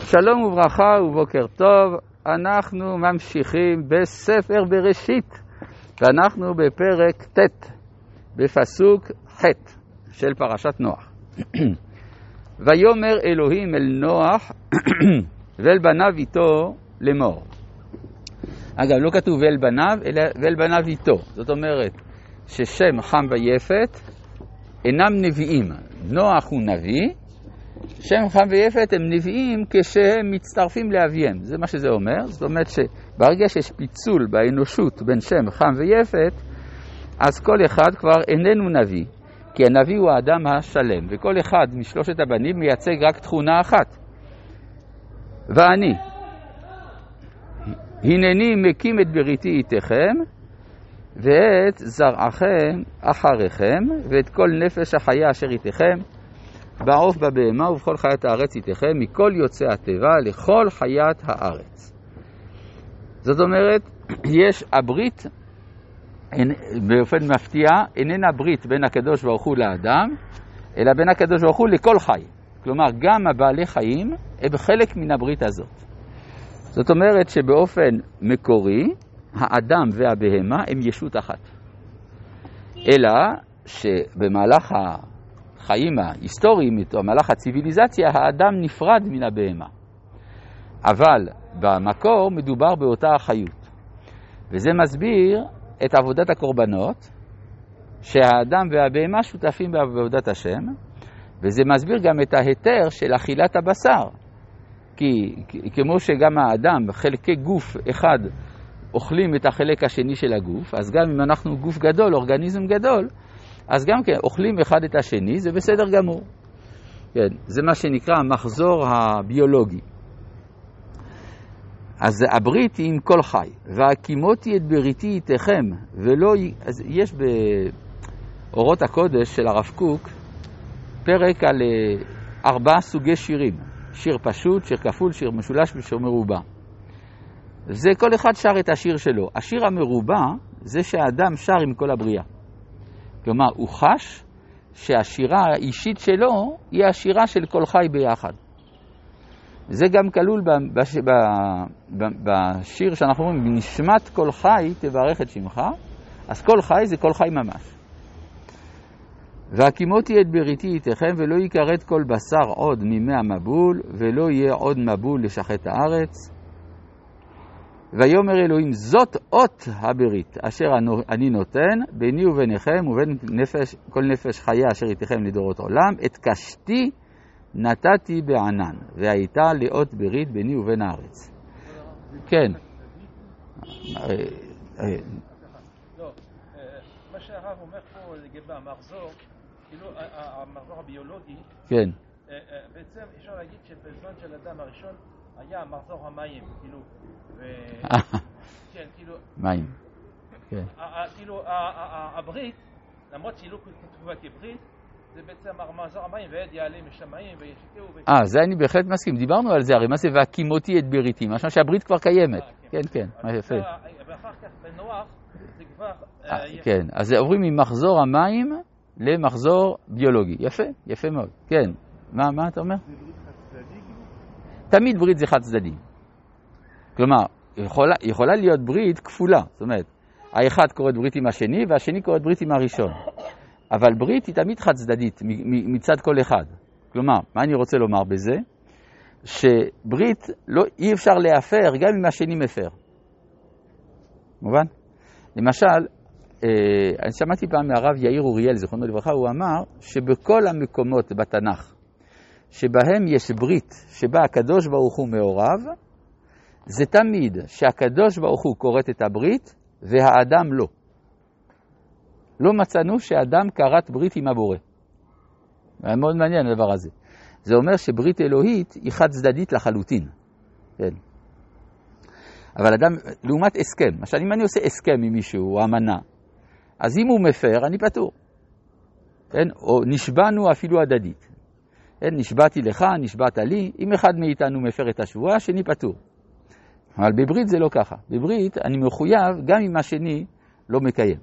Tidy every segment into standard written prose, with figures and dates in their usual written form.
שלום וברכה ובוקר טוב, אנחנו ממשיכים בספר בראשית, ואנחנו בפרק ט' בפסוק ח' של פרשת נוח. ויאמר אלוהים אל נוח ואל בניו איתו לאמור. אגב, לא כתוב ואל בניו, אלא ואל בניו איתו. זאת אומרת ששם חם ויפת אינם נביאים. נוח הוא נביא, שם חם ויפת הם נביאים כשהם מצטרפים לאביהם. זה מה שזה אומר. זאת אומרת שברגע שיש פיצול באנושות בין שם חם ויפת, אז כל אחד כבר איננו נביא, כי הנביא הוא האדם השלם, וכל אחד משלושת הבנים מייצג רק תכונה אחת. ואני, הנני מקים את בריתי איתכם, ואת זרעכם אחריכם, ואת כל נפש החיה אשר איתכם, בעוף בבהמה ובכל חיית הארץ איתכם, מכל יוצאי הטבע לכל חיית הארץ. זאת אומרת, יש הברית, באופן מפתיע, איננה ברית בין הקדוש ברוך הוא לאדם, אלא בין הקדוש ברוך הוא לכל חי. כלומר, גם הבעלי חיים הם חלק מן הברית הזאת. זאת אומרת שבאופן מקורי, האדם והבהמה הם ישות אחת. אלא שבמהלך החיים ההיסטוריים, במהלך הציביליזציה, האדם נפרד מן הבהמה. אבל במקור מדובר באותה החיות. וזה מסביר את עבודת הקורבנות, שהאדם והבהמה שותפים בעבודת השם, וזה מסביר גם את ההיתר של אכילת הבשר. כי כמו שגם האדם, חלקי גוף אחד, אוכלים את החלק השני של הגוף, אז גם אם אנחנו גוף גדול, אורגניזם גדול, אז גם כן אוכלים אחד את השני, זה בסדר גמור. כן, זה מה שנקרא המחזור הביולוגי. אז הברית היא עם כל חי. והקימותי את בריתי איתכם, ולא... אז יש באורות הקודש של הרב קוק פרק על 4 סוגי שירים. שיר פשוט, שיר כפול, שיר משולש ושיר מרובע. זה כל אחד שר את השיר שלו. השיר המרובע זה שהאדם שר עם כל הבריאה. כלומר, הוא חש שהשירה האישית שלו היא השירה של כל חי ביחד. זה גם כלול בשיר שאנחנו אומרים, בנשמת כל חי תברך את שמך, אז כל חי זה כל חי ממש. והקימותי את בריתי איתכם, ולא יכרת כל בשר עוד ממי המבול, ולא יהיה עוד מבול לשחט הארץ. ויאמר אלוהים, זאת אות הברית אשר אני נותן ביני וביניכם ובין כל נפש חיה אשר איתכם לדורות עולם, את קשתי נתתי בענן, והייתה לאות ברית ביני ובין הארץ. כן. לא, מה שהרב אומר פה לגבי המחזור, כאילו המחזור הביולוגי, כן. בעצם אפשר להגיד שבזמן של אדם הראשון היה מחזור המים, כאילו, כן, כאילו, מים, כן. כאילו הברית, למרות שהיא לא כתובה כברית, זה בעצם מחזור המים, ועד יעלה משמיים וישתהו. זה אני בהחלט מסכים, דיברנו על זה, הרי מה זה והקימותי את בריתי, משמע שהברית כבר קיימת. כן, כן, מה יפה. ואחר כך בנוח זה כבר... כן, אז עוברים ממחזור המים למחזור ביולוגי. יפה, יפה מאוד. כן, מה אתה אומר? תמיד ברית זה חד צדדי. כלומר, יכולה להיות ברית כפולה. זאת אומרת, האחד קוראת ברית עם השני, והשני קוראת ברית עם הראשון. אבל ברית היא תמיד חד צדדית מצד כל אחד. כלומר, מה אני רוצה לומר בזה? שברית אי אפשר להפר גם אם השני מפר. מובן? למשל, אני שמעתי פעם מהרב יאיר אוריאל, זכרונו לברכה, הוא אמר שבכל המקומות בתנ"ך שבהם יש ברית שבה הקדוש ברוך הוא מעורב, זה תמיד שהקדוש ברוך הוא קוראת את הברית והאדם לא. לא מצאנו שאדם קראת ברית עם הבורא. זה מאוד מעניין הדבר הזה. זה אומר שברית אלוהית היא חד צדדית לחלוטין. כן. אבל אדם, לעומת הסכם, למשל אם אני עושה הסכם עם מישהו או אמנה, אז אם הוא מפר, אני פטור. כן? או נשבענו אפילו הדדית. כן? נשבעתי לך, נשבעת לי, אם אחד מאיתנו מפר את השבועה, שני פטור. אבל בברית זה לא ככה. בברית אני מחויב גם אם השני לא מקיים.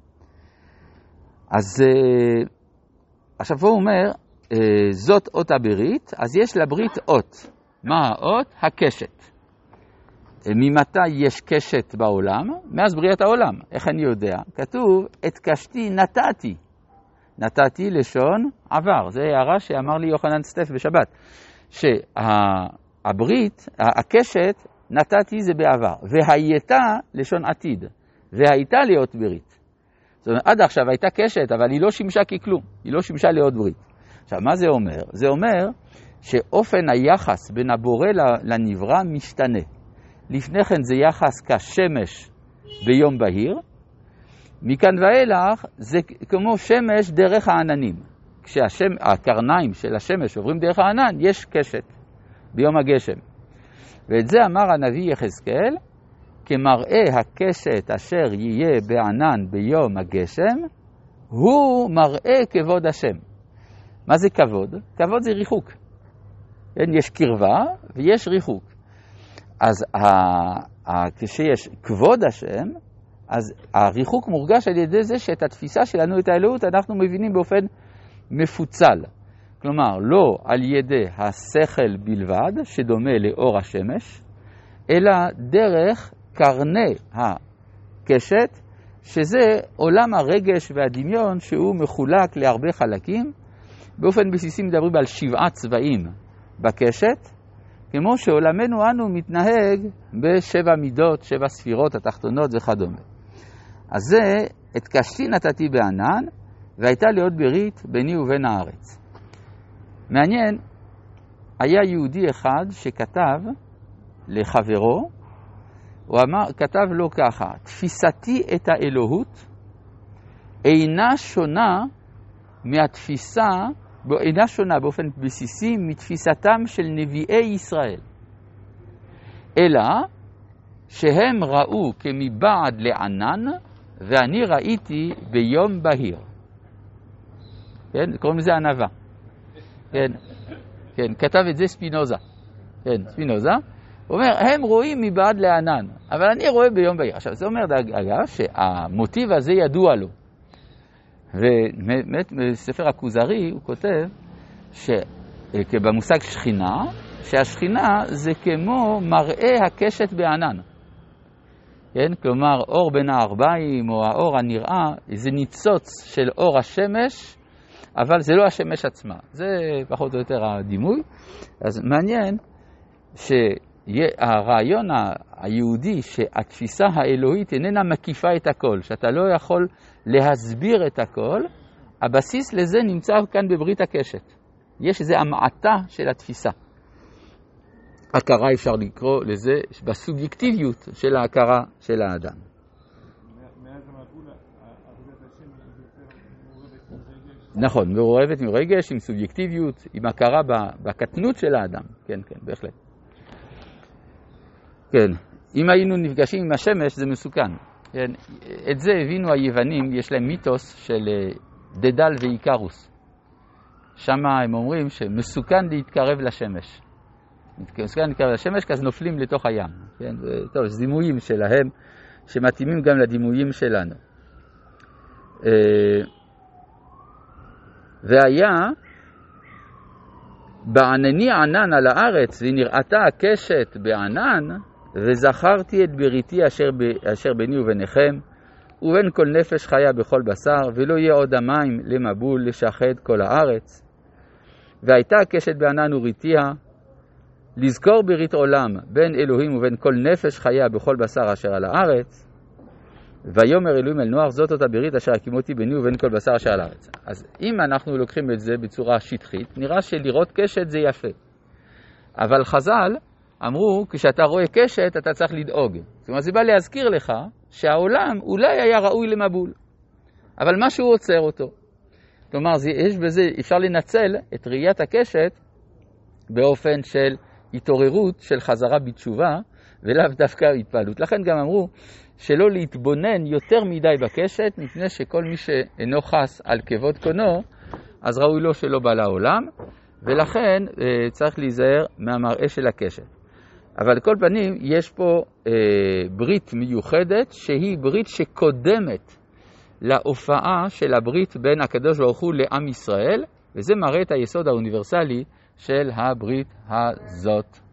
אז עכשיו הוא אומר, זאת אות הברית, אז יש לברית אות. מה האות? הקשת. ממתי יש קשת בעולם? מאז בריאת העולם. איך אני יודע? כתוב, את קשתי נתתי. נתתי לשון עבר. זה הערה שאמר לי יוחנן סטף בשבת. שהברית, הקשת, נתתי זה בעבר. והייתה לשון עתיד. והייתה להיות ברית. זאת אומרת, עד עכשיו הייתה קשת, אבל היא לא שימשה ככלום. היא לא שימשה להיות ברית. עכשיו, מה זה אומר? זה אומר שאופן היחס בין הבורא לנברא משתנה. לפני כן זה יחס כשמש ביום בהיר. מכאן ואילך זה כמו שמש דרך העננים. כשהקרניים של השמש עוברים דרך הענן, יש קשת ביום הגשם. ואת זה אמר הנביא יחזקאל, כמראה הקשת אשר יהיה בענן ביום הגשם, הוא מראה כבוד השם. מה זה כבוד? כבוד זה ריחוק. יש קרבה ויש ריחוק. אז כשיש כבוד השם, אז הריחוק מורגש על ידי זה שאת התפיסה שלנו, את האלוהות, אנחנו מבינים באופן מפוצל. כלומר, לא על ידי השכל בלבד, שדומה לאור השמש, אלא דרך קרני הקשת, שזה עולם הרגש והדמיון שהוא מחולק להרבה חלקים. באופן בסיסי מדברים על 7 צבעים בקשת, כמו שעולמנו אנו מתנהג ב7 מידות, 7 ספירות התחתונות וכדומה. אז זה, את קשתי נתתי בענן, והייתה להיות ברית ביני ובין הארץ. מעניין, היה יהודי אחד שכתב לחברו, הוא כתב לו ככה, תפיסתי את האלוהות אינה שונה מהתפיסה, אינה שונה באופן בסיסי מתפיסתם של נביאי ישראל, אלא שהם ראו כמבעד לענן ואני ראיתי ביום בהיר. כן, קוראים לזה ענווה. כן, כן, כתב את זה ספינוזה. כן, ספינוזה. הוא אומר, הם רואים מבעד לענן, אבל אני רואה ביום בהיר. עכשיו, זה אומר, אגב, שהמוטיב הזה ידוע לו. ובאמת, בספר הכוזרי הוא כותב, שבמושג שכינה, שהשכינה זה כמו מראה הקשת בענן. כן? כלומר, אור בין הערביים או האור הנראה, זה ניצוץ של אור השמש, אבל זה לא השמש עצמה. זה פחות או יותר הדימוי. אז מעניין שהרעיון היהודי שהתפיסה האלוהית איננה מקיפה את הכל, שאתה לא יכול להסביר את הכל, הבסיס לזה נמצא כאן בברית הקשת. יש איזו המעטה של התפיסה. הכרה אפשר לקרוא לזה בסובייקטיביות של ההכרה של האדם. מאז המבול, עבודת השם יותר מעורבת עם רגש. נכון, מעורבת עם רגש, עם סובייקטיביות, עם הכרה בקטנות של האדם. כן, כן, בהחלט. כן, אם היינו נפגשים עם השמש זה מסוכן. כן, את זה הבינו היוונים, יש להם מיתוס של דדל ואיקרוס. שם הם אומרים שמסוכן להתקרב לשמש. מסוכן להתקרב לשמש, אז נופלים לתוך הים. כן, טוב, זה דימויים שלהם שמתאימים גם לדימויים שלנו. והיה בענני ענן על הארץ, ונראתה הקשת בענן, וזכרתי את בריתי אשר ביני וביניכם, ובין כל נפש חיה בכל בשר, ולא יהיה עוד המים למבול לשחד כל הארץ. והייתה הקשת בענן וריתיה, לזכור ברית עולם בין אלוהים ובין כל נפש חיה בכל בשר אשר על הארץ, ויאמר אלוהים אל נוח, זאת אותה ברית אשר הקימותי ביני ובין כל בשר אשר על הארץ. אז אם אנחנו לוקחים את זה בצורה שטחית, נראה שלראות קשת זה יפה. אבל חז"ל אמרו, כשאתה רואה קשת אתה צריך לדאוג. זאת אומרת, זה בא להזכיר לך שהעולם אולי היה ראוי למבול, אבל משהו עוצר אותו. כלומר, יש בזה, אפשר לנצל את ראיית הקשת באופן של התעוררות של חזרה בתשובה, ולאו דווקא התפעלות. לכן גם אמרו שלא להתבונן יותר מדי בקשת, מפני שכל מי שאינו חס על כבוד קונו, אז ראוי לו שלא בא לעולם, ולכן צריך להיזהר מהמראה של הקשת. אבל כל פנים, יש פה ברית מיוחדת, שהיא ברית שקודמת להופעה של הברית בין הקדוש ברוך הוא לעם ישראל, וזה מראה את היסוד האוניברסלי של הברית הזאת.